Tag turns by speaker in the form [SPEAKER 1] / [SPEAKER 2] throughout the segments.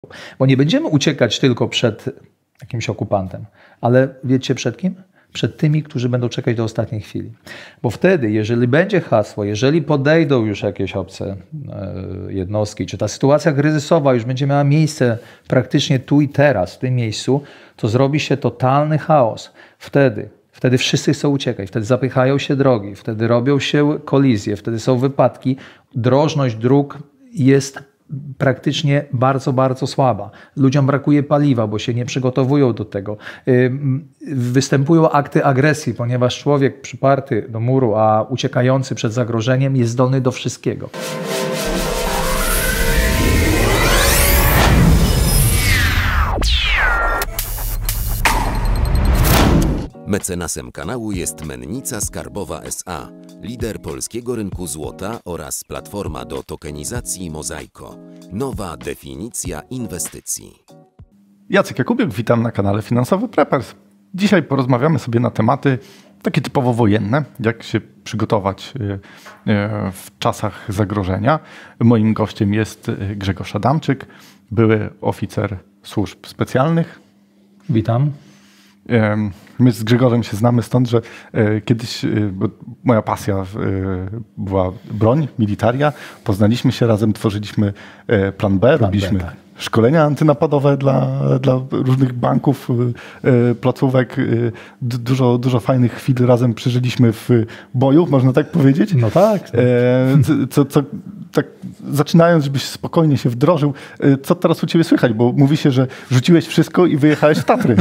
[SPEAKER 1] Bo nie będziemy uciekać tylko przed jakimś okupantem, ale wiecie przed kim? Przed tymi, którzy będą czekać do ostatniej chwili. Bo wtedy, jeżeli będzie hasło, jeżeli podejdą już jakieś obce jednostki, czy ta sytuacja kryzysowa już będzie miała miejsce praktycznie tu i teraz, w tym miejscu, to zrobi się totalny chaos. Wtedy wszyscy chcą uciekać, wtedy zapychają się drogi, wtedy robią się kolizje, wtedy są wypadki. Drożność dróg jest praktycznie bardzo, bardzo słaba. Ludziom brakuje paliwa, bo się nie przygotowują do tego. Występują akty agresji, ponieważ człowiek przyparty do muru, a uciekający przed zagrożeniem jest zdolny do wszystkiego.
[SPEAKER 2] Mecenasem kanału jest Mennica Skarbowa S.A., lider polskiego rynku złota oraz platforma do tokenizacji Mozaiko. Nowa definicja inwestycji.
[SPEAKER 3] Jacek Jakubiuk, witam na kanale Finansowy Preppers. Dzisiaj porozmawiamy sobie na tematy takie typowo wojenne, jak się przygotować w czasach zagrożenia. Moim gościem jest Grzegorz Adamczyk, były oficer służb specjalnych.
[SPEAKER 1] Witam.
[SPEAKER 3] My z Grzegorzem się znamy stąd, że kiedyś moja pasja była broń, militaria. Poznaliśmy się razem, tworzyliśmy Plan B, robiliśmy szkolenia antynapadowe dla różnych banków, placówek. Dużo fajnych chwil razem przeżyliśmy w boju, można tak powiedzieć.
[SPEAKER 1] No tak.
[SPEAKER 3] Tak zaczynając, żebyś spokojnie się wdrożył, co teraz u ciebie słychać? Bo mówi się, że rzuciłeś wszystko i wyjechałeś w Tatry.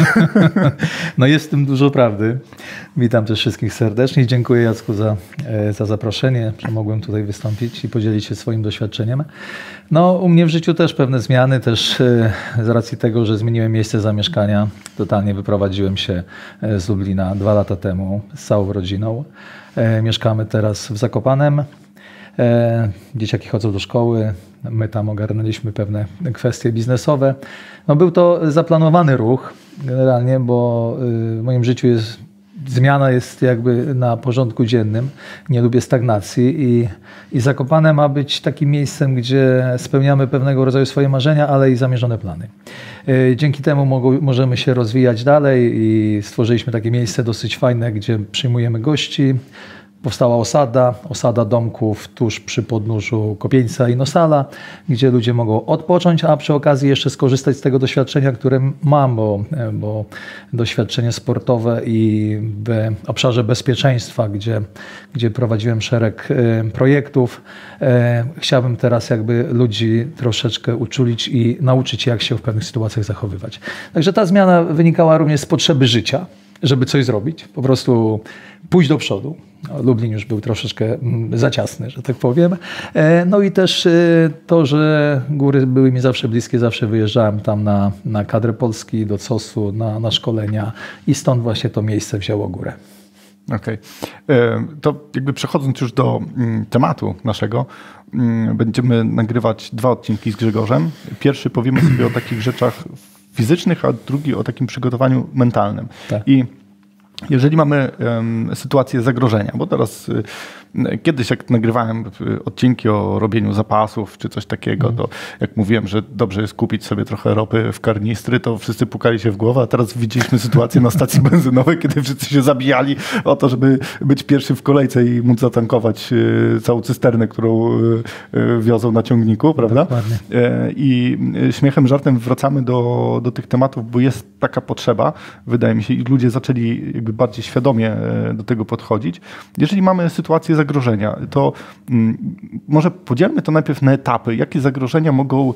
[SPEAKER 1] No jest w tym dużo prawdy. Witam też wszystkich serdecznie. Dziękuję Jacku za zaproszenie, że mogłem tutaj wystąpić i podzielić się swoim doświadczeniem. No u mnie w życiu też pewne zmiany, też z racji tego, że zmieniłem miejsce zamieszkania. Totalnie wyprowadziłem się z Lublina 2 lata temu z całą rodziną. Mieszkamy teraz w Zakopanem. Dzieciaki chodzą do szkoły, my tam ogarnęliśmy pewne kwestie biznesowe. No był to zaplanowany ruch generalnie, bo w moim życiu zmiana jest jakby na porządku dziennym. Nie lubię stagnacji i Zakopane ma być takim miejscem, gdzie spełniamy pewnego rodzaju swoje marzenia, ale i zamierzone plany. Dzięki temu możemy się rozwijać dalej i stworzyliśmy takie miejsce dosyć fajne, gdzie przyjmujemy gości. Powstała osada domków tuż przy podnóżu Kopieńca i Nosala, gdzie ludzie mogą odpocząć, a przy okazji jeszcze skorzystać z tego doświadczenia, które mam, bo doświadczenie sportowe i w obszarze bezpieczeństwa, gdzie prowadziłem szereg projektów. Chciałbym teraz jakby ludzi troszeczkę uczulić i nauczyć, jak się w pewnych sytuacjach zachowywać. Także ta zmiana wynikała również z potrzeby życia, żeby coś zrobić, po prostu pójść do przodu. Lublin już był troszeczkę za ciasny, że tak powiem. No i też to, że góry były mi zawsze bliskie, zawsze wyjeżdżałem tam na kadrę Polski, do COS-u, na szkolenia i stąd właśnie to miejsce wzięło górę.
[SPEAKER 3] Okej. To jakby przechodząc już do tematu naszego, będziemy nagrywać 2 odcinki z Grzegorzem. Pierwszy powiemy sobie o takich rzeczach fizycznych, a drugi o takim przygotowaniu mentalnym.
[SPEAKER 1] Tak.
[SPEAKER 3] I jeżeli mamy sytuację zagrożenia, bo teraz kiedyś jak nagrywałem odcinki o robieniu zapasów czy coś takiego, to jak mówiłem, że dobrze jest kupić sobie trochę ropy w karnistry, to wszyscy pukali się w głowę, a teraz widzieliśmy sytuację na stacji benzynowej, kiedy wszyscy się zabijali o to, żeby być pierwszy w kolejce i móc zatankować całą cysternę, którą wiozą na ciągniku, prawda?
[SPEAKER 1] Dokładnie.
[SPEAKER 3] I śmiechem, żartem wracamy do tych tematów, bo jest taka potrzeba, wydaje mi się, i ludzie zaczęli jakby bardziej świadomie do tego podchodzić. Jeżeli mamy sytuację zagrożenia, to może podzielmy to najpierw na etapy. Jakie zagrożenia mogą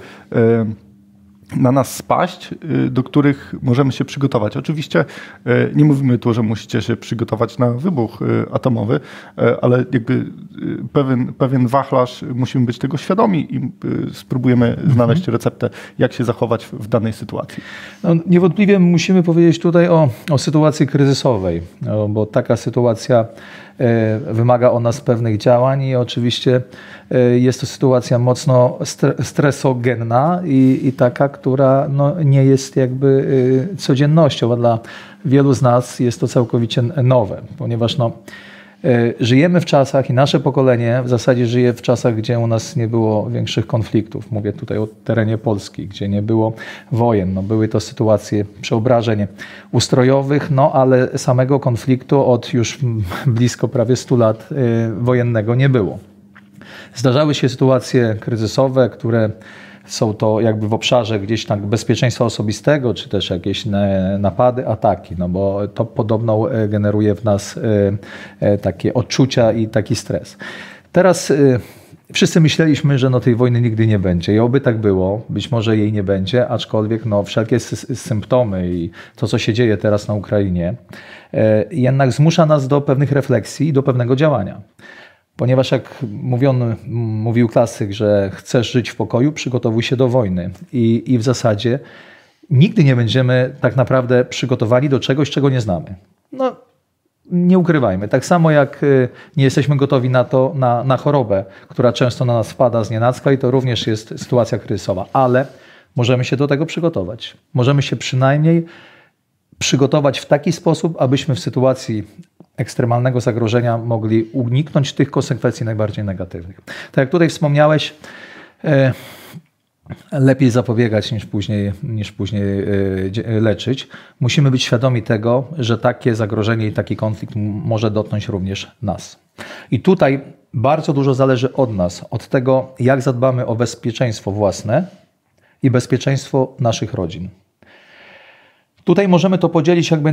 [SPEAKER 3] na nas spaść, do których możemy się przygotować. Oczywiście nie mówimy tu, że musicie się przygotować na wybuch atomowy, ale jakby pewien wachlarz, musimy być tego świadomi i spróbujemy znaleźć receptę, jak się zachować w danej sytuacji.
[SPEAKER 1] No, niewątpliwie musimy powiedzieć tutaj o sytuacji kryzysowej, bo taka sytuacja wymaga od nas pewnych działań i oczywiście jest to sytuacja mocno stresogenna i taka, która no, nie jest jakby codziennością, a dla wielu z nas jest to całkowicie nowe, ponieważ no, Żyjemy w czasach i nasze pokolenie w zasadzie żyje w czasach, gdzie u nas nie było większych konfliktów. Mówię tutaj o terenie Polski, gdzie nie było wojen. No, były to sytuacje przeobrażeń ustrojowych, no ale samego konfliktu od już blisko prawie 100 lat wojennego nie było. Zdarzały się sytuacje kryzysowe, które są to jakby w obszarze gdzieś tak bezpieczeństwa osobistego, czy też jakieś napady, ataki, no bo to podobno generuje w nas takie odczucia i taki stres. Teraz wszyscy myśleliśmy, że no tej wojny nigdy nie będzie i oby tak było, być może jej nie będzie, aczkolwiek no wszelkie symptomy i to, co się dzieje teraz na Ukrainie, jednak zmusza nas do pewnych refleksji i do pewnego działania. Ponieważ jak mówił klasyk, że chcesz żyć w pokoju, przygotowuj się do wojny. I w zasadzie nigdy nie będziemy tak naprawdę przygotowani do czegoś, czego nie znamy. No, nie ukrywajmy. Tak samo jak nie jesteśmy gotowi na chorobę, która często na nas spada znienacka i to również jest sytuacja kryzysowa. Ale możemy się do tego przygotować. Możemy się przynajmniej przygotować w taki sposób, abyśmy w sytuacji ekstremalnego zagrożenia mogli uniknąć tych konsekwencji najbardziej negatywnych. Tak jak tutaj wspomniałeś, lepiej zapobiegać niż później leczyć. Musimy być świadomi tego, że takie zagrożenie i taki konflikt może dotknąć również nas. I tutaj bardzo dużo zależy od nas, od tego, jak zadbamy o bezpieczeństwo własne i bezpieczeństwo naszych rodzin. Tutaj możemy to podzielić jakby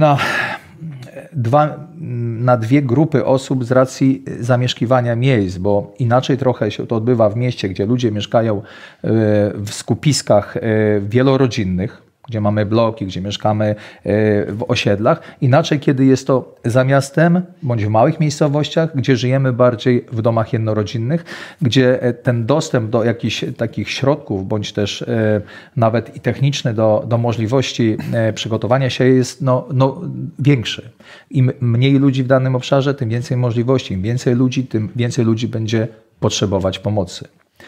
[SPEAKER 1] na dwie grupy osób z racji zamieszkiwania miejsc, bo inaczej trochę się to odbywa w mieście, gdzie ludzie mieszkają w skupiskach wielorodzinnych, gdzie mamy bloki, gdzie mieszkamy w osiedlach. Inaczej, kiedy jest to za miastem, bądź w małych miejscowościach, gdzie żyjemy bardziej w domach jednorodzinnych, gdzie ten dostęp do jakichś takich środków, bądź też nawet i techniczny do możliwości przygotowania się jest większy. Im mniej ludzi w danym obszarze, tym więcej możliwości. Im więcej ludzi, tym więcej ludzi będzie potrzebować pomocy.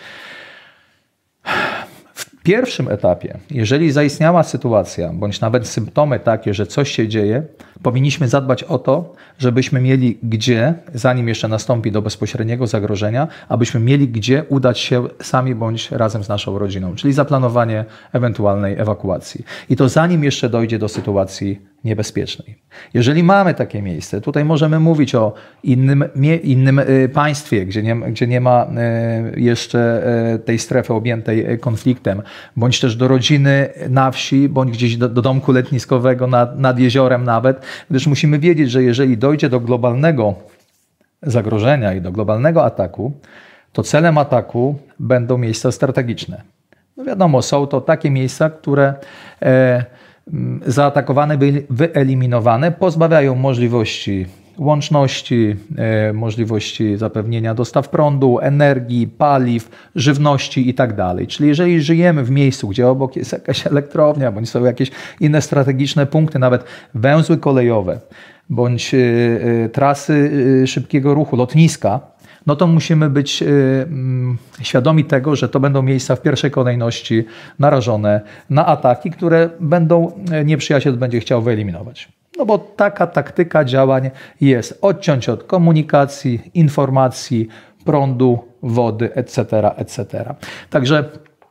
[SPEAKER 1] W pierwszym etapie, jeżeli zaistniała sytuacja, bądź nawet symptomy takie, że coś się dzieje, powinniśmy zadbać o to, żebyśmy mieli gdzie, zanim jeszcze nastąpi do bezpośredniego zagrożenia, abyśmy mieli gdzie udać się sami bądź razem z naszą rodziną, czyli zaplanowanie ewentualnej ewakuacji. I to zanim jeszcze dojdzie do sytuacji niebezpiecznej. Jeżeli mamy takie miejsce, tutaj możemy mówić o innym państwie, gdzie nie ma jeszcze tej strefy objętej konfliktem, bądź też do rodziny na wsi, bądź gdzieś do domku letniskowego nad jeziorem nawet, gdyż musimy wiedzieć, że jeżeli dojdzie do globalnego zagrożenia i do globalnego ataku, to celem ataku będą miejsca strategiczne. No wiadomo, są to takie miejsca, które zaatakowane, wyeliminowane, pozbawiają możliwości łączności, możliwości zapewnienia dostaw prądu, energii, paliw, żywności itd. Czyli jeżeli żyjemy w miejscu, gdzie obok jest jakaś elektrownia, bądź są jakieś inne strategiczne punkty, nawet węzły kolejowe, bądź trasy szybkiego ruchu, lotniska, no to musimy być świadomi tego, że to będą miejsca w pierwszej kolejności narażone na ataki, które nieprzyjaciel będzie chciał wyeliminować. No bo taka taktyka działań jest: odciąć od komunikacji, informacji, prądu, wody, etc., etc. Także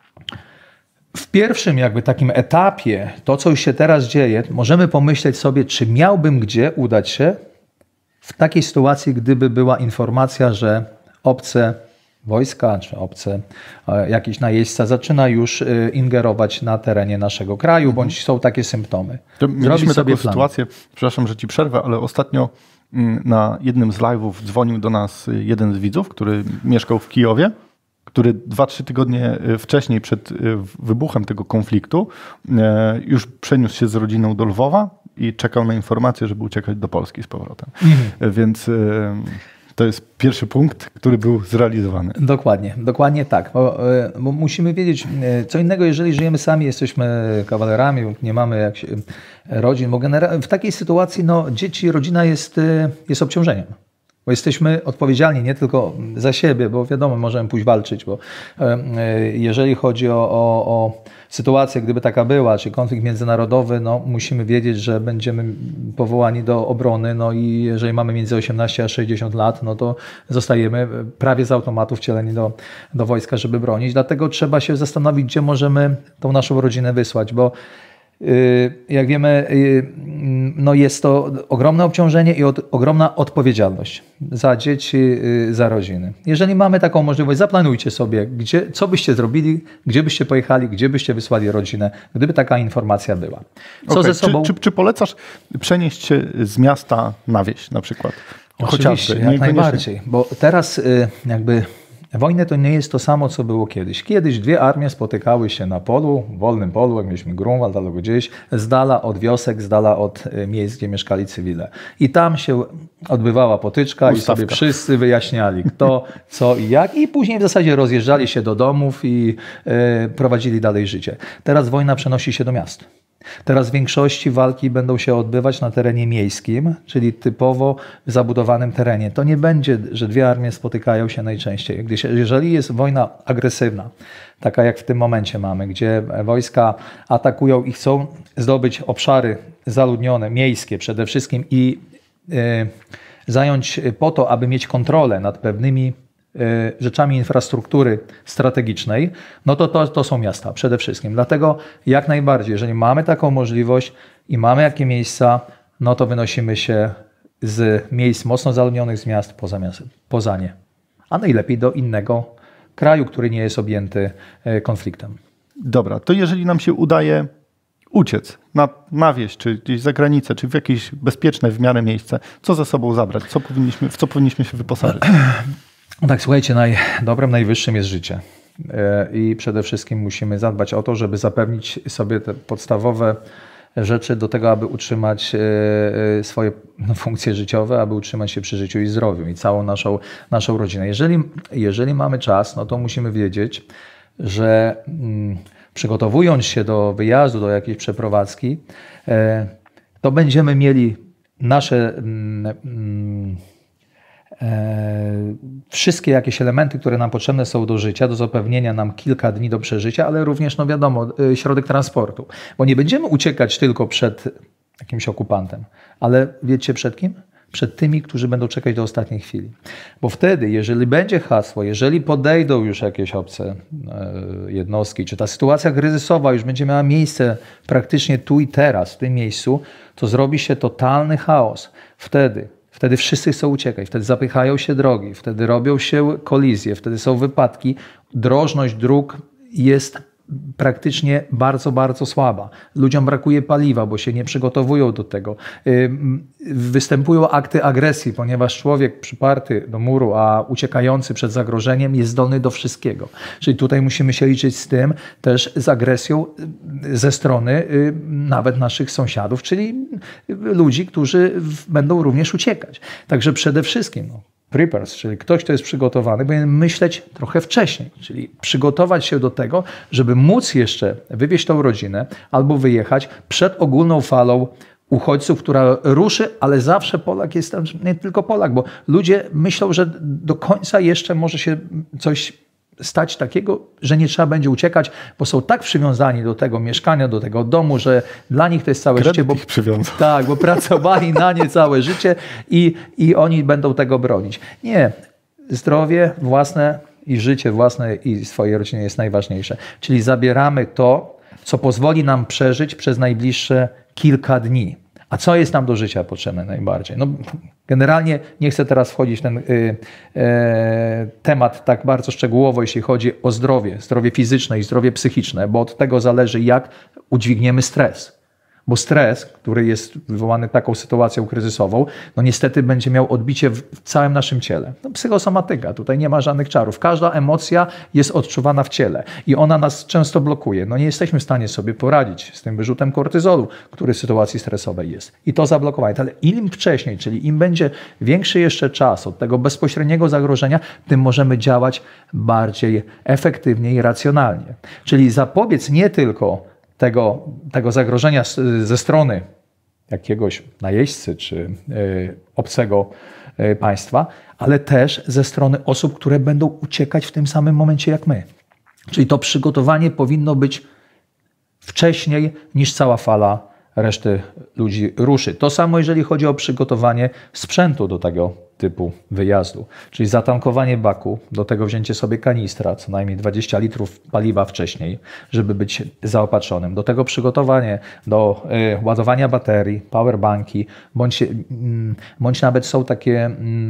[SPEAKER 1] w pierwszym jakby takim etapie, to co już się teraz dzieje, możemy pomyśleć sobie, czy miałbym gdzie udać się w takiej sytuacji, gdyby była informacja, że obce wojska czy obce jakiś najeźdźca zaczyna już ingerować na terenie naszego kraju, bądź są takie symptomy.
[SPEAKER 3] Mieliśmy taką sytuację, przepraszam, że ci przerwę, ale ostatnio na jednym z live'ów dzwonił do nas jeden z widzów, który mieszkał w Kijowie, który 2-3 tygodnie wcześniej, przed wybuchem tego konfliktu, już przeniósł się z rodziną do Lwowa i czekał na informację, żeby uciekać do Polski z powrotem. Więc to jest pierwszy punkt, który był zrealizowany.
[SPEAKER 1] Dokładnie tak. Bo musimy wiedzieć, co innego, jeżeli żyjemy sami, jesteśmy kawalerami, nie mamy rodzin, bo w takiej sytuacji dzieci, rodzina jest obciążeniem. Bo jesteśmy odpowiedzialni nie tylko za siebie, bo wiadomo, możemy pójść walczyć, bo jeżeli chodzi o sytuację, gdyby taka była, czy konflikt międzynarodowy, no musimy wiedzieć, że będziemy powołani do obrony, no i jeżeli mamy między 18 a 60 lat, no to zostajemy prawie z automatu wcieleni do wojska, żeby bronić. Dlatego trzeba się zastanowić, gdzie możemy tą naszą rodzinę wysłać, bo jak wiemy, no jest to ogromne obciążenie i ogromna odpowiedzialność za dzieci, za rodziny. Jeżeli mamy taką możliwość, zaplanujcie sobie, co byście zrobili, gdzie byście pojechali, gdzie byście wysłali rodzinę, gdyby taka informacja była. Co ze sobą...
[SPEAKER 3] Czy polecasz przenieść się z miasta na wieś na przykład?
[SPEAKER 1] Oczywiście, jak najbardziej, bo teraz jakby... Wojny to nie jest to samo, co było kiedyś. Kiedyś dwie armie spotykały się na polu, wolnym polu, jak mieliśmy Grunwald albo gdzieś, z dala od wiosek, z dala od miejsc, gdzie mieszkali cywile. I tam się odbywała potyczka i sobie wszyscy wyjaśniali kto, co i jak. I później w zasadzie rozjeżdżali się do domów i prowadzili dalej życie. Teraz wojna przenosi się do miast. Teraz w większości walki będą się odbywać na terenie miejskim, czyli typowo w zabudowanym terenie. To nie będzie, że dwie armie spotykają się najczęściej. Jeżeli jest wojna agresywna, taka jak w tym momencie mamy, gdzie wojska atakują i chcą zdobyć obszary zaludnione, miejskie przede wszystkim i zająć po to, aby mieć kontrolę nad pewnymi rzeczami infrastruktury strategicznej, no to są miasta przede wszystkim. Dlatego jak najbardziej, jeżeli mamy taką możliwość i mamy jakie miejsca, no to wynosimy się z miejsc mocno zaludnionych, z miast poza nie. A najlepiej do innego kraju, który nie jest objęty konfliktem. Dobra,
[SPEAKER 3] to jeżeli nam się udaje uciec na wieś, czy gdzieś za granicę, czy w jakieś bezpieczne w miarę miejsce, co ze sobą zabrać? W co powinniśmy się wyposażyć?
[SPEAKER 1] Tak, słuchajcie, dobrem najwyższym jest życie. I przede wszystkim musimy zadbać o to, żeby zapewnić sobie te podstawowe rzeczy do tego, aby utrzymać swoje funkcje życiowe, aby utrzymać się przy życiu i zdrowiu i całą naszą rodzinę. Jeżeli mamy czas, no to musimy wiedzieć, że przygotowując się do wyjazdu, do jakiejś przeprowadzki, to będziemy mieli nasze wszystkie jakieś elementy, które nam potrzebne są do życia, do zapewnienia nam kilka dni do przeżycia, ale również, no wiadomo, środek transportu. Bo nie będziemy uciekać tylko przed jakimś okupantem, ale wiecie przed kim? Przed tymi, którzy będą czekać do ostatniej chwili. Bo wtedy, jeżeli będzie hasło, jeżeli podejdą już jakieś obce jednostki, czy ta sytuacja kryzysowa już będzie miała miejsce praktycznie tu i teraz, w tym miejscu, to zrobi się totalny chaos. Wtedy wszyscy chcą uciekać, wtedy zapychają się drogi, wtedy robią się kolizje, wtedy są wypadki. Drożność dróg jest praktycznie bardzo, bardzo słaba. Ludziom brakuje paliwa, bo się nie przygotowują do tego. Występują akty agresji, ponieważ człowiek przyparty do muru, a uciekający przed zagrożeniem jest zdolny do wszystkiego. Czyli tutaj musimy się liczyć z tym, też z agresją ze strony nawet naszych sąsiadów, czyli ludzi, którzy będą również uciekać. Także przede wszystkim preppers, czyli ktoś, kto jest przygotowany, powinien myśleć trochę wcześniej, czyli przygotować się do tego, żeby móc jeszcze wywieźć tą rodzinę albo wyjechać przed ogólną falą uchodźców, która ruszy, ale zawsze Polak jest tam, nie tylko Polak, bo ludzie myślą, że do końca jeszcze może się coś stać takiego, że nie trzeba będzie uciekać, bo są tak przywiązani do tego mieszkania, do tego domu, że dla nich to jest całe życie. Bo pracowali na nie całe życie i oni będą tego bronić. Nie. Zdrowie własne i życie własne i swojej rodziny jest najważniejsze. Czyli zabieramy to, co pozwoli nam przeżyć przez najbliższe kilka dni. A co jest nam do życia potrzebne najbardziej? Generalnie nie chcę teraz wchodzić w ten temat tak bardzo szczegółowo, jeśli chodzi o zdrowie fizyczne i zdrowie psychiczne, bo od tego zależy, jak udźwigniemy stres. Bo stres, który jest wywołany taką sytuacją kryzysową, niestety będzie miał odbicie w całym naszym ciele. Psychosomatyka, tutaj nie ma żadnych czarów. Każda emocja jest odczuwana w ciele i ona nas często blokuje. Nie jesteśmy w stanie sobie poradzić z tym wyrzutem kortyzolu, który w sytuacji stresowej jest. I to zablokowanie. Ale im wcześniej, czyli im będzie większy jeszcze czas od tego bezpośredniego zagrożenia, tym możemy działać bardziej efektywnie i racjonalnie. Czyli zapobiec nie tylko tego zagrożenia ze strony jakiegoś najeźdźcy czy obcego państwa, ale też ze strony osób, które będą uciekać w tym samym momencie jak my. Czyli to przygotowanie powinno być wcześniej niż cała fala reszty ludzi ruszy. To samo jeżeli chodzi o przygotowanie sprzętu do tego typu wyjazdu, czyli zatankowanie baku, do tego wzięcie sobie kanistra, co najmniej 20 litrów paliwa wcześniej, żeby być zaopatrzonym. Do tego przygotowanie do ładowania baterii, powerbanki, bądź nawet są takie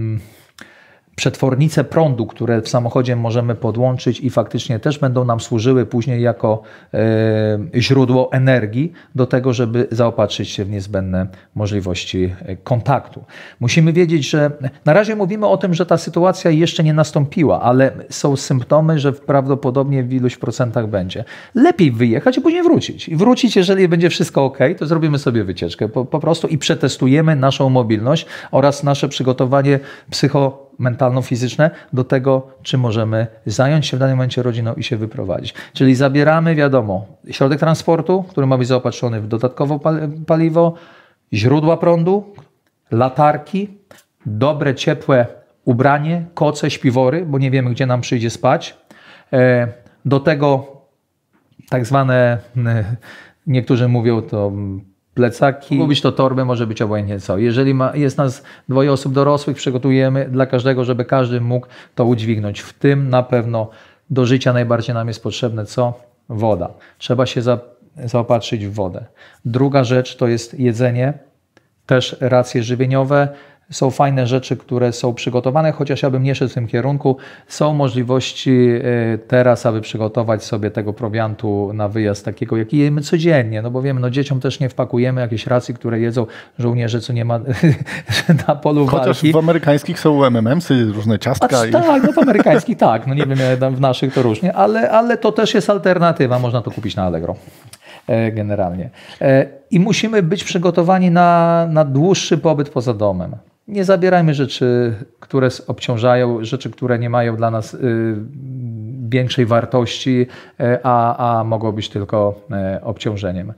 [SPEAKER 1] przetwornice prądu, które w samochodzie możemy podłączyć i faktycznie też będą nam służyły później jako źródło energii do tego, żeby zaopatrzyć się w niezbędne możliwości kontaktu. Musimy wiedzieć, że na razie mówimy o tym, że ta sytuacja jeszcze nie nastąpiła, ale są symptomy, że prawdopodobnie w iluś procentach będzie. Lepiej wyjechać i później wrócić. I wrócić, jeżeli będzie wszystko ok, to zrobimy sobie wycieczkę po prostu i przetestujemy naszą mobilność oraz nasze przygotowanie mentalno-fizyczne do tego, czy możemy zająć się w danym momencie rodziną i się wyprowadzić. Czyli zabieramy, wiadomo, środek transportu, który ma być zaopatrzony w dodatkowe paliwo, źródła prądu, latarki, dobre, ciepłe ubranie, koce, śpiwory, bo nie wiemy, gdzie nam przyjdzie spać. Do tego tak zwane, niektórzy mówią to plecaki, mogą być to torby, może być obojętnie co. Jeżeli jest nas 2 osób dorosłych, przygotujemy dla każdego, żeby każdy mógł to udźwignąć. W tym na pewno do życia najbardziej nam jest potrzebne co? Woda. Trzeba się zaopatrzyć w wodę. Druga rzecz to jest jedzenie, też racje żywieniowe. Są fajne rzeczy, które są przygotowane, chociaż ja bym nie szedł w tym kierunku. Są możliwości teraz, aby przygotować sobie tego prowiantu na wyjazd takiego, jaki jemy codziennie. No bo wiemy, no dzieciom też nie wpakujemy jakieś racji, które jedzą żołnierze, co nie ma na polu walki.
[SPEAKER 3] Chociaż w amerykańskich są MMMsy, różne ciastka.
[SPEAKER 1] Tak, no w amerykańskich tak. No nie wiem, w naszych to różnie, ale to też jest alternatywa. Można to kupić na Allegro. Generalnie. I musimy być przygotowani na dłuższy pobyt poza domem. Nie zabierajmy rzeczy, które obciążają, rzeczy, które nie mają dla nas większej wartości, a mogą być tylko obciążeniem.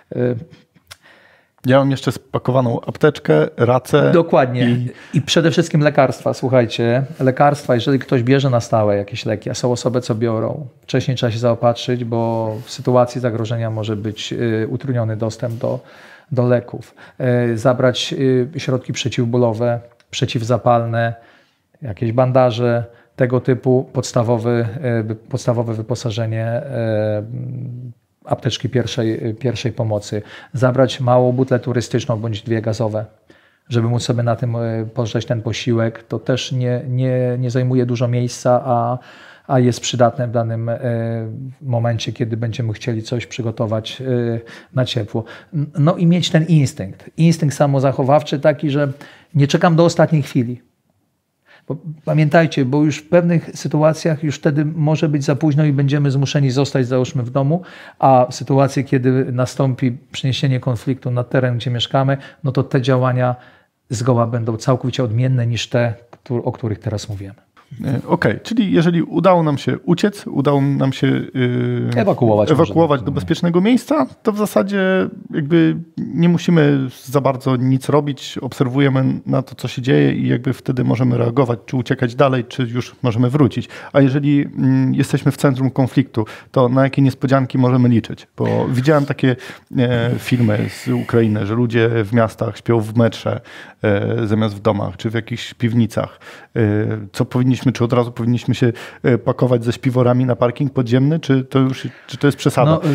[SPEAKER 3] Ja mam jeszcze spakowaną apteczkę, racę.
[SPEAKER 1] Dokładnie. I przede wszystkim lekarstwa. Słuchajcie, lekarstwa, jeżeli ktoś bierze na stałe jakieś leki, a są osoby, co biorą, wcześniej trzeba się zaopatrzyć, bo w sytuacji zagrożenia może być utrudniony dostęp do leków. Zabrać środki przeciwbólowe, przeciwzapalne, jakieś bandaże, tego typu podstawowe wyposażenie, apteczki pierwszej pomocy. Zabrać małą butlę turystyczną bądź 2 gazowe, żeby móc sobie na tym pożreć ten posiłek. To też nie zajmuje dużo miejsca, a jest przydatne w danym momencie, kiedy będziemy chcieli coś przygotować na ciepło. No i mieć ten instynkt samozachowawczy taki, że nie czekam do ostatniej chwili. Bo pamiętajcie, bo już w pewnych sytuacjach już wtedy może być za późno i będziemy zmuszeni zostać, załóżmy, w domu, a w sytuacji, kiedy nastąpi przeniesienie konfliktu na teren, gdzie mieszkamy, no to te działania zgoła będą całkowicie odmienne niż te, o których teraz mówimy.
[SPEAKER 3] Okej, czyli jeżeli udało nam się uciec, udało nam się ewakuować do bezpiecznego miejsca, to w zasadzie jakby nie musimy za bardzo nic robić, obserwujemy na to, co się dzieje i jakby wtedy możemy reagować, czy uciekać dalej, czy już możemy wrócić. A jeżeli jesteśmy w centrum konfliktu, to na jakie niespodzianki możemy liczyć? Bo widziałem takie filmy z Ukrainy, że ludzie w miastach śpią w metrze zamiast w domach, czy w jakichś piwnicach. Co czy od razu powinniśmy się pakować ze śpiworami na parking podziemny, czy to jest przesada? No,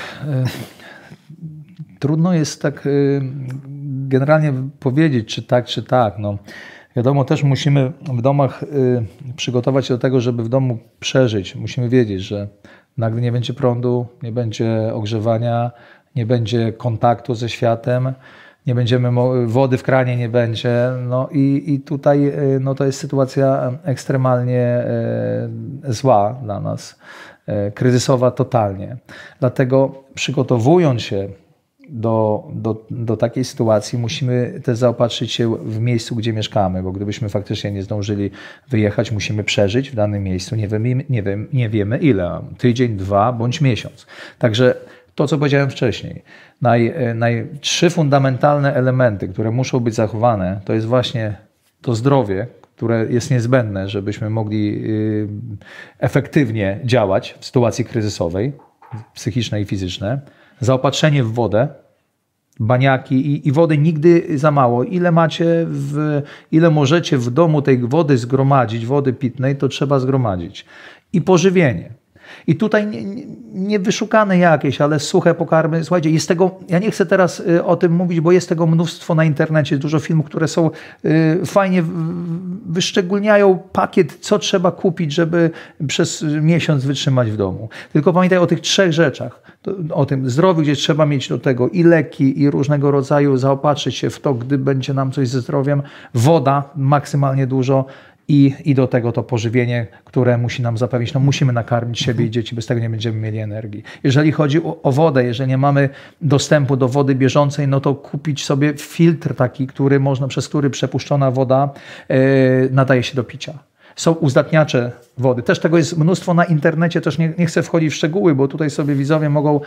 [SPEAKER 1] trudno jest tak generalnie powiedzieć, czy tak. No, wiadomo, też musimy w domach przygotować się do tego, żeby w domu przeżyć. Musimy wiedzieć, że nagle nie będzie prądu, nie będzie ogrzewania, nie będzie kontaktu ze światem, nie będziemy, wody w kranie nie będzie. No i tutaj no to jest sytuacja ekstremalnie zła dla nas, kryzysowa totalnie. Dlatego przygotowując się do takiej sytuacji musimy też zaopatrzyć się w miejscu, gdzie mieszkamy, bo gdybyśmy faktycznie nie zdążyli wyjechać, musimy przeżyć w danym miejscu, nie wiemy ile, tydzień, 2 bądź miesiąc. Także to, co powiedziałem wcześniej, 3 fundamentalne elementy, które muszą być zachowane, to jest właśnie to zdrowie, które jest niezbędne, żebyśmy mogli efektywnie działać w sytuacji kryzysowej, psychicznej i fizycznej, zaopatrzenie w wodę, baniaki i wody nigdy za mało. Ile możecie w domu tej wody zgromadzić, wody pitnej, to trzeba zgromadzić. I pożywienie. I tutaj nie wyszukane jakieś, ale suche pokarmy. Słuchajcie, jest tego, ja nie chcę teraz o tym mówić, bo jest tego mnóstwo na internecie, jest dużo filmów, które są fajnie wyszczególniają pakiet, co trzeba kupić, żeby przez miesiąc wytrzymać w domu. Tylko pamiętaj o tych 3 rzeczach. O tym zdrowiu, gdzie trzeba mieć do tego i leki, i różnego rodzaju, zaopatrzyć się w to, gdy będzie nam coś ze zdrowiem. Woda maksymalnie dużo. I do tego to pożywienie, które musi nam zapewnić, no musimy nakarmić siebie i dzieci, bez tego nie będziemy mieli energii. Jeżeli chodzi o wodę, jeżeli nie mamy dostępu do wody bieżącej, no to kupić sobie filtr taki, przez który przepuszczona woda nadaje się do picia. Są uzdatniacze wody. Też tego jest mnóstwo na internecie, też nie chcę wchodzić w szczegóły, bo tutaj sobie widzowie mogą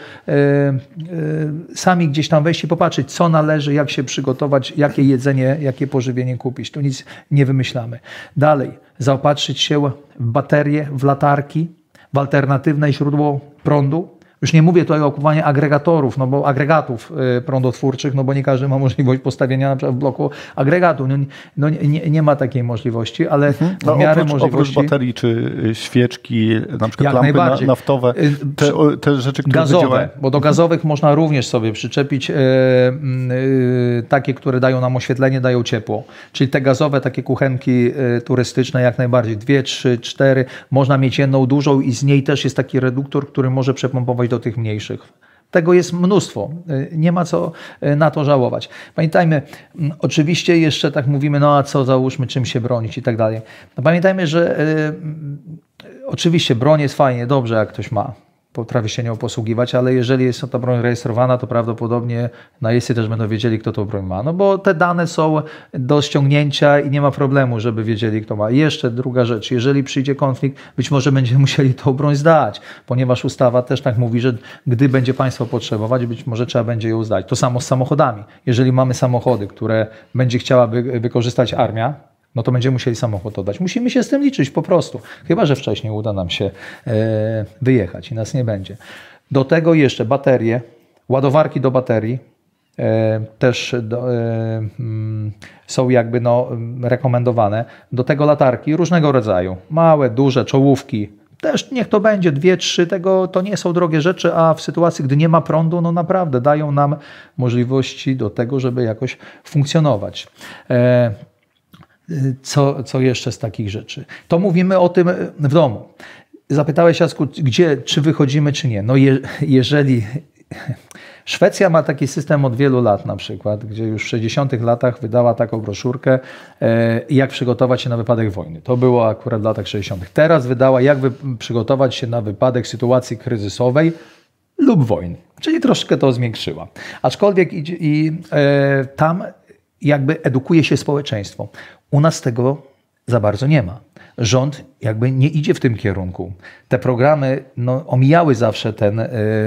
[SPEAKER 1] sami gdzieś tam wejść i popatrzeć, co należy, jak się przygotować, jakie jedzenie, jakie pożywienie kupić. Tu nic nie wymyślamy. Dalej, zaopatrzyć się w baterie, w latarki, w alternatywne źródło prądu. Już nie mówię tutaj o kupowaniu agregatorów, no bo agregatów prądotwórczych, no bo nie każdy ma możliwość postawienia na przykład w bloku agregatu. Nie ma takiej możliwości, ale w miarę możliwości...
[SPEAKER 3] Oprócz baterii czy świeczki, na przykład lampy naftowe, te rzeczy, które
[SPEAKER 1] gazowe, bo do gazowych można również sobie przyczepić takie, które dają nam oświetlenie, dają ciepło. Czyli te gazowe, takie kuchenki turystyczne jak najbardziej. 2, 3, 4. Można mieć jedną dużą i z niej też jest taki reduktor, który może przepompować do tych mniejszych. Tego jest mnóstwo. Nie ma co na to żałować. Pamiętajmy, oczywiście jeszcze tak mówimy, no a co załóżmy, czym się bronić i tak dalej. No pamiętajmy, że oczywiście broń jest fajnie, dobrze jak ktoś ma. Potrafi się nią posługiwać, ale jeżeli jest ta broń rejestrowana, to prawdopodobnie najeźdźcy też będą wiedzieli, kto tą broń ma. No bo te dane są do ściągnięcia i nie ma problemu, żeby wiedzieli, kto ma. I jeszcze druga rzecz, jeżeli przyjdzie konflikt, być może będziemy musieli tą broń zdać, ponieważ ustawa też tak mówi, że gdy będzie państwo potrzebować, być może trzeba będzie ją zdać. To samo z samochodami. Jeżeli mamy samochody, które będzie chciała wykorzystać armia, no to będziemy musieli samochód oddać. Musimy się z tym liczyć po prostu. Chyba że wcześniej uda nam się wyjechać i nas nie będzie. Do tego jeszcze baterie, ładowarki do baterii też są jakby rekomendowane. Do tego latarki różnego rodzaju. Małe, duże, czołówki. Też niech to będzie 2, 3, to nie są drogie rzeczy, a w sytuacji, gdy nie ma prądu, no naprawdę dają nam możliwości do tego, żeby jakoś funkcjonować. Co jeszcze z takich rzeczy? To mówimy o tym w domu. Zapytałeś, Jacku, czy wychodzimy, czy nie. No jeżeli... Szwecja ma taki system od wielu lat na przykład, gdzie już w 60 latach wydała taką broszurkę, jak przygotować się na wypadek wojny. To było akurat w latach 60. Teraz wydała, jak przygotować się na wypadek sytuacji kryzysowej lub wojny. Czyli troszkę to zmiękczyła. Aczkolwiek tam jakby edukuje się społeczeństwo. U nas tego za bardzo nie ma. Rząd jakby nie idzie w tym kierunku. Te programy omijały zawsze ten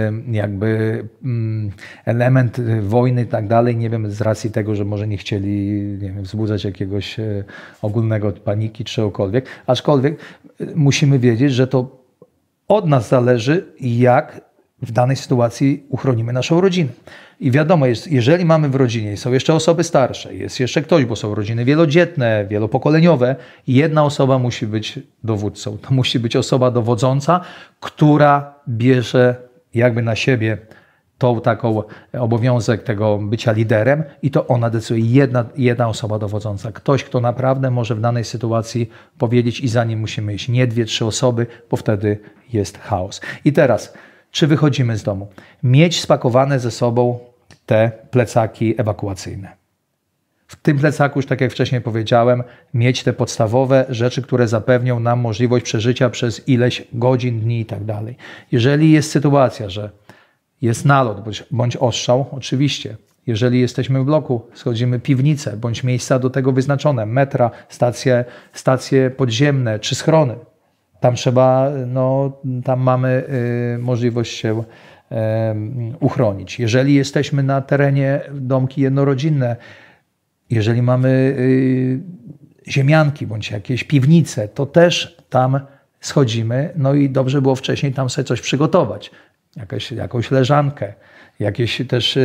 [SPEAKER 1] element wojny i tak dalej. Nie wiem, z racji tego, że może nie chcieli wzbudzać jakiegoś ogólnego paniki czy czegokolwiek. Aczkolwiek musimy wiedzieć, że to od nas zależy, jak w danej sytuacji uchronimy naszą rodzinę. I wiadomo jest, jeżeli mamy w rodzinie, są jeszcze osoby starsze, jest jeszcze ktoś, bo są rodziny wielodzietne, wielopokoleniowe, jedna osoba musi być dowódcą. To musi być osoba dowodząca, która bierze jakby na siebie tą taką obowiązek tego bycia liderem i to ona decyduje, jedna osoba dowodząca. Ktoś, kto naprawdę może w danej sytuacji powiedzieć i za nim musimy iść. Nie 2, 3 osoby, bo wtedy jest chaos. I teraz... Czy wychodzimy z domu? Mieć spakowane ze sobą te plecaki ewakuacyjne. W tym plecaku, już tak jak wcześniej powiedziałem, mieć te podstawowe rzeczy, które zapewnią nam możliwość przeżycia przez ileś godzin, dni i tak dalej. Jeżeli jest sytuacja, że jest nalot bądź ostrzał, oczywiście. Jeżeli jesteśmy w bloku, schodzimy piwnice bądź miejsca do tego wyznaczone, metra, stacje podziemne czy schrony. Tam mamy możliwość się uchronić. Jeżeli jesteśmy na terenie domki jednorodzinne, jeżeli mamy ziemianki bądź jakieś piwnice, to też tam schodzimy. No i dobrze było wcześniej tam sobie coś przygotować. Jakąś leżankę, jakieś też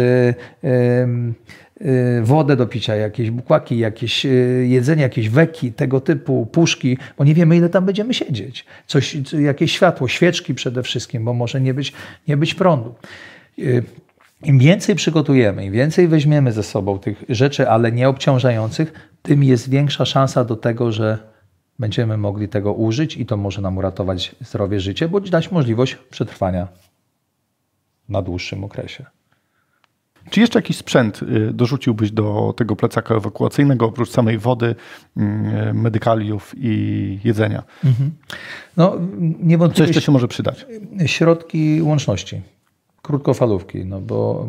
[SPEAKER 1] wodę do picia, jakieś bukłaki, jakieś jedzenie, jakieś weki, tego typu puszki, bo nie wiemy, ile tam będziemy siedzieć. Jakieś światło, świeczki przede wszystkim, bo może nie być prądu. Im więcej przygotujemy, im więcej weźmiemy ze sobą tych rzeczy, ale nie obciążających, tym jest większa szansa do tego, że będziemy mogli tego użyć i to może nam uratować zdrowie, życie, bądź dać możliwość przetrwania na dłuższym okresie.
[SPEAKER 3] Czy jeszcze jakiś sprzęt dorzuciłbyś do tego plecaka ewakuacyjnego, oprócz samej wody, medykaliów i jedzenia?
[SPEAKER 1] No, niewątpliwie
[SPEAKER 3] co jeszcze się może przydać?
[SPEAKER 1] Środki łączności, krótkofalówki, no bo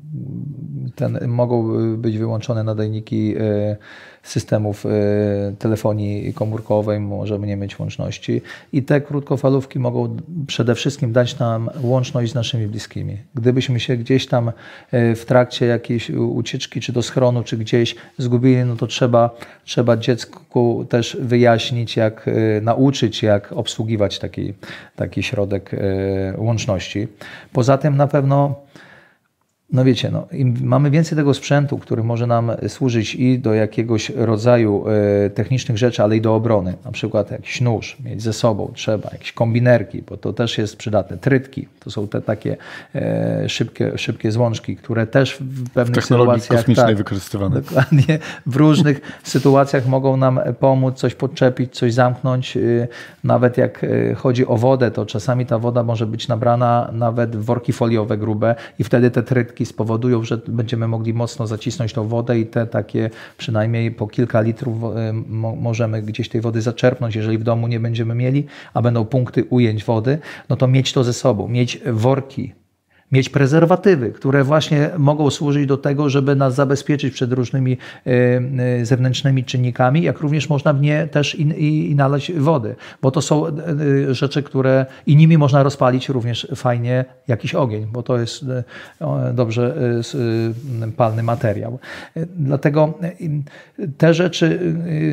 [SPEAKER 1] mogą być wyłączone nadajniki systemów telefonii komórkowej, możemy nie mieć łączności i te krótkofalówki mogą przede wszystkim dać nam łączność z naszymi bliskimi. Gdybyśmy się gdzieś tam w trakcie jakiejś ucieczki, czy do schronu, czy gdzieś zgubili, no to trzeba dziecku też wyjaśnić, nauczyć, jak obsługiwać taki środek łączności. Poza tym na pewno no wiecie, im mamy więcej tego sprzętu, który może nam służyć i do jakiegoś rodzaju technicznych rzeczy, ale i do obrony. Na przykład jakiś nóż mieć ze sobą trzeba, jakieś kombinerki, bo to też jest przydatne. Trytki, to są te takie szybkie złączki, które też w pewnych sytuacjach
[SPEAKER 3] kosmicznej wykorzystywane.
[SPEAKER 1] Dokładnie, w różnych sytuacjach mogą nam pomóc, coś podczepić, coś zamknąć. Nawet jak chodzi o wodę, to czasami ta woda może być nabrana nawet w worki foliowe grube i wtedy te trytki spowodują, że będziemy mogli mocno zacisnąć tą wodę i te takie przynajmniej po kilka litrów możemy gdzieś tej wody zaczerpnąć, jeżeli w domu nie będziemy mieli, a będą punkty ujęć wody, no to mieć to ze sobą, mieć worki, mieć prezerwatywy, które właśnie mogą służyć do tego, żeby nas zabezpieczyć przed różnymi zewnętrznymi czynnikami, jak również można w nie też i nalać wody, bo to są rzeczy, które i nimi można rozpalić również fajnie jakiś ogień, bo to jest dobrze palny materiał. Dlatego te rzeczy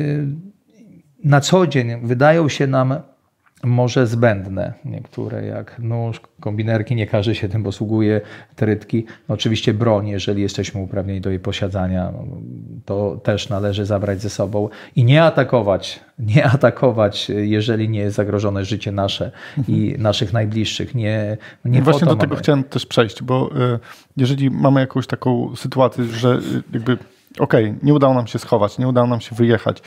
[SPEAKER 1] na co dzień wydają się nam może zbędne. Niektóre jak nóż, kombinerki, nie każdy się tym posługuje, trytki. No oczywiście broń, jeżeli jesteśmy uprawnieni do jej posiadania, to też należy zabrać ze sobą i nie atakować, jeżeli nie jest zagrożone życie nasze i naszych najbliższych. Nie
[SPEAKER 3] właśnie do tego chciałem też przejść, bo jeżeli mamy jakąś taką sytuację, że jakby nie udało nam się schować, nie udało nam się wyjechać,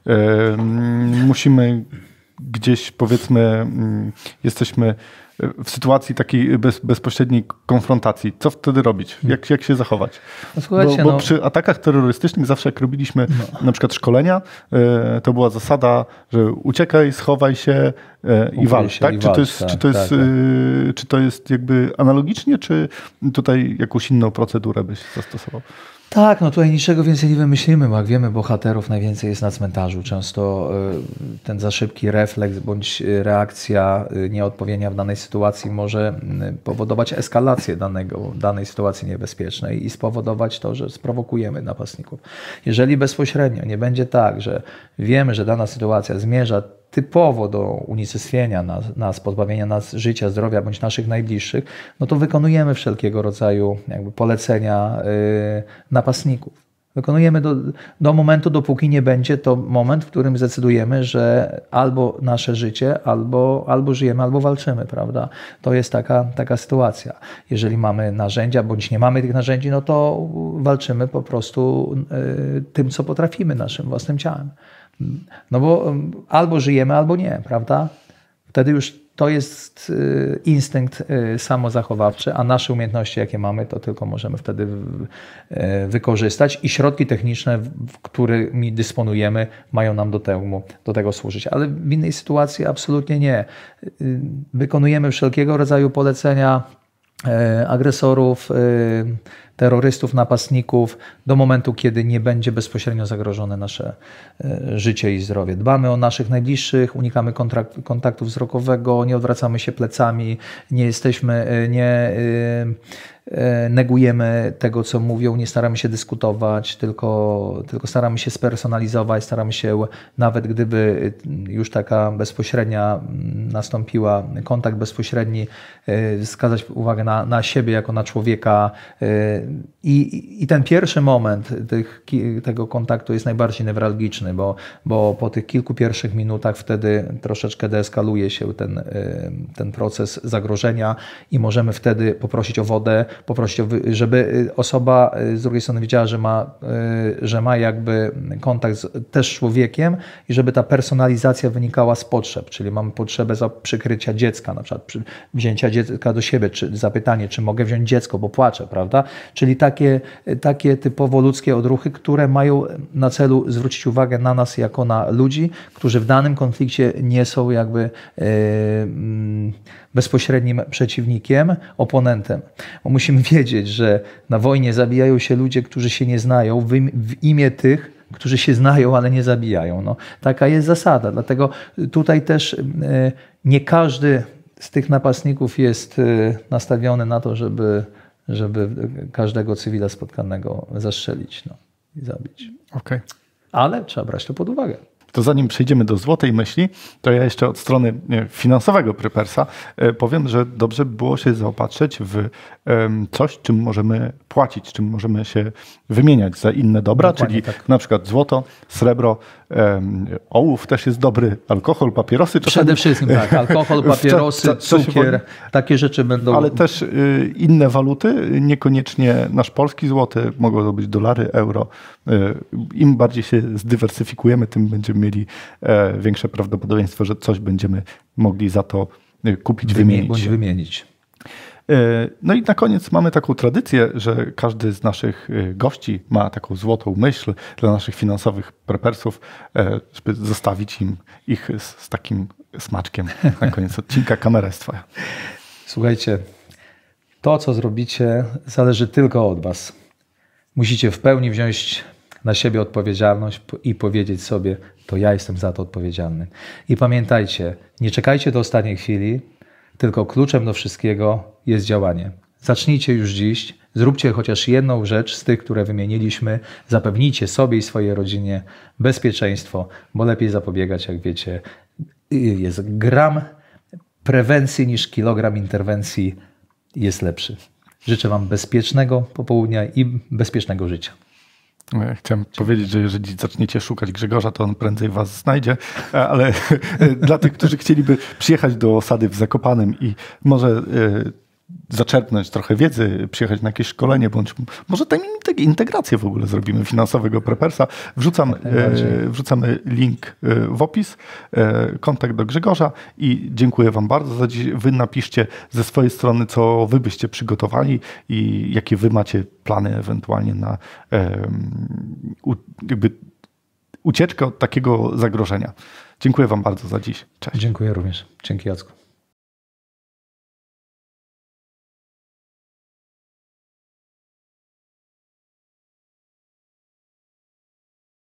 [SPEAKER 3] musimy gdzieś, powiedzmy, jesteśmy w sytuacji takiej bezpośredniej konfrontacji. Co wtedy robić? Jak się zachować? Bo przy atakach terrorystycznych zawsze jak robiliśmy na przykład szkolenia, to była zasada, że uciekaj, schowaj się i walcz. Tak? Czy to jest jakby analogicznie, czy tutaj jakąś inną procedurę byś zastosował?
[SPEAKER 1] Tak, no tutaj niczego więcej nie wymyślimy, bo jak wiemy, bohaterów najwięcej jest na cmentarzu. Często ten za szybki refleks bądź reakcja nieodpowiednia w danej sytuacji może powodować eskalację danej sytuacji niebezpiecznej i spowodować to, że sprowokujemy napastników. Jeżeli bezpośrednio nie będzie tak, że wiemy, że dana sytuacja zmierza typowo do unicestwienia nas, pozbawienia nas życia, zdrowia bądź naszych najbliższych, no to wykonujemy wszelkiego rodzaju jakby polecenia napastników. Wykonujemy do momentu, dopóki nie będzie to moment, w którym zdecydujemy, że albo nasze życie, albo żyjemy, albo walczymy, prawda? To jest taka sytuacja. Jeżeli mamy narzędzia, bądź nie mamy tych narzędzi, no to walczymy po prostu tym, co potrafimy, naszym własnym ciałem. No bo albo żyjemy, albo nie, prawda? Wtedy już to jest instynkt samozachowawczy, a nasze umiejętności, jakie mamy, to tylko możemy wtedy wykorzystać i środki techniczne, którymi dysponujemy, mają nam do tego służyć. Ale w innej sytuacji absolutnie nie. Wykonujemy wszelkiego rodzaju polecenia agresorów, terrorystów, napastników, do momentu, kiedy nie będzie bezpośrednio zagrożone nasze życie i zdrowie. Dbamy o naszych najbliższych, unikamy kontaktu wzrokowego, nie odwracamy się plecami, negujemy tego, co mówią, nie staramy się dyskutować, tylko staramy się spersonalizować, staramy się, nawet gdyby już taka bezpośrednia nastąpiła, kontakt bezpośredni, zwracać uwagę na siebie jako na człowieka i ten pierwszy moment tego kontaktu jest najbardziej newralgiczny, bo po tych kilku pierwszych minutach wtedy troszeczkę deeskaluje się ten proces zagrożenia i możemy wtedy poprosić o wodę, poprosić, żeby osoba z drugiej strony wiedziała, że ma jakby kontakt też z człowiekiem i żeby ta personalizacja wynikała z potrzeb, czyli mamy potrzebę przykrycia dziecka, na przykład wzięcia dziecka do siebie, czy zapytanie, czy mogę wziąć dziecko, bo płacze, prawda? Czyli takie typowo ludzkie odruchy, które mają na celu zwrócić uwagę na nas jako na ludzi, którzy w danym konflikcie nie są jakby bezpośrednim przeciwnikiem, oponentem. Bo musimy wiedzieć, że na wojnie zabijają się ludzie, którzy się nie znają, w imię tych, którzy się znają, ale nie zabijają. No, taka jest zasada. Dlatego tutaj też nie każdy z tych napastników jest nastawiony na to, żeby każdego cywila spotkanego zastrzelić i zabić.
[SPEAKER 3] Okay.
[SPEAKER 1] Ale trzeba brać to pod uwagę.
[SPEAKER 3] To zanim przejdziemy do złotej myśli, to ja jeszcze od strony finansowego Prepersa powiem, że dobrze by było się zaopatrzyć w coś, czym możemy płacić, czym możemy się wymieniać za inne dobra,
[SPEAKER 1] dokładnie,
[SPEAKER 3] czyli
[SPEAKER 1] tak.
[SPEAKER 3] Na przykład złoto, srebro, ołów też jest dobry, alkohol, papierosy.
[SPEAKER 1] Przede wszystkim tak, alkohol, papierosy, cukier, takie rzeczy będą...
[SPEAKER 3] Ale też inne waluty, niekoniecznie nasz polski złoty, mogą to być dolary, euro. Im bardziej się zdywersyfikujemy, tym będziemy mieli większe prawdopodobieństwo, że coś będziemy mogli za to kupić, wymienić.
[SPEAKER 1] Bądź wymienić.
[SPEAKER 3] No i na koniec mamy taką tradycję, że każdy z naszych gości ma taką złotą myśl dla naszych finansowych prepersów, żeby zostawić ich z takim smaczkiem na koniec odcinka. Kamera jest twoja.
[SPEAKER 1] Słuchajcie, to co zrobicie zależy tylko od was. Musicie w pełni wziąć na siebie odpowiedzialność i powiedzieć sobie, to ja jestem za to odpowiedzialny. I pamiętajcie, nie czekajcie do ostatniej chwili, tylko kluczem do wszystkiego jest działanie. Zacznijcie już dziś, zróbcie chociaż jedną rzecz z tych, które wymieniliśmy, zapewnijcie sobie i swojej rodzinie bezpieczeństwo, bo lepiej zapobiegać, jak wiecie, jest gram prewencji niż kilogram interwencji, jest lepszy. Życzę wam bezpiecznego popołudnia i bezpiecznego życia.
[SPEAKER 3] Chciałem powiedzieć, że jeżeli zaczniecie szukać Grzegorza, to on prędzej was znajdzie, ale dla tych, którzy chcieliby przyjechać do osady w Zakopanem i może zaczerpnąć trochę wiedzy, przyjechać na jakieś szkolenie, bądź może tam integrację w ogóle zrobimy finansowego Prepersa. Wrzucamy link w opis, kontakt do Grzegorza i dziękuję wam bardzo za dziś. Wy napiszcie ze swojej strony, co wy byście przygotowali i jakie wy macie plany ewentualnie na ucieczkę od takiego zagrożenia. Dziękuję wam bardzo za dziś. Cześć.
[SPEAKER 1] Dziękuję również. Dzięki, Jacku.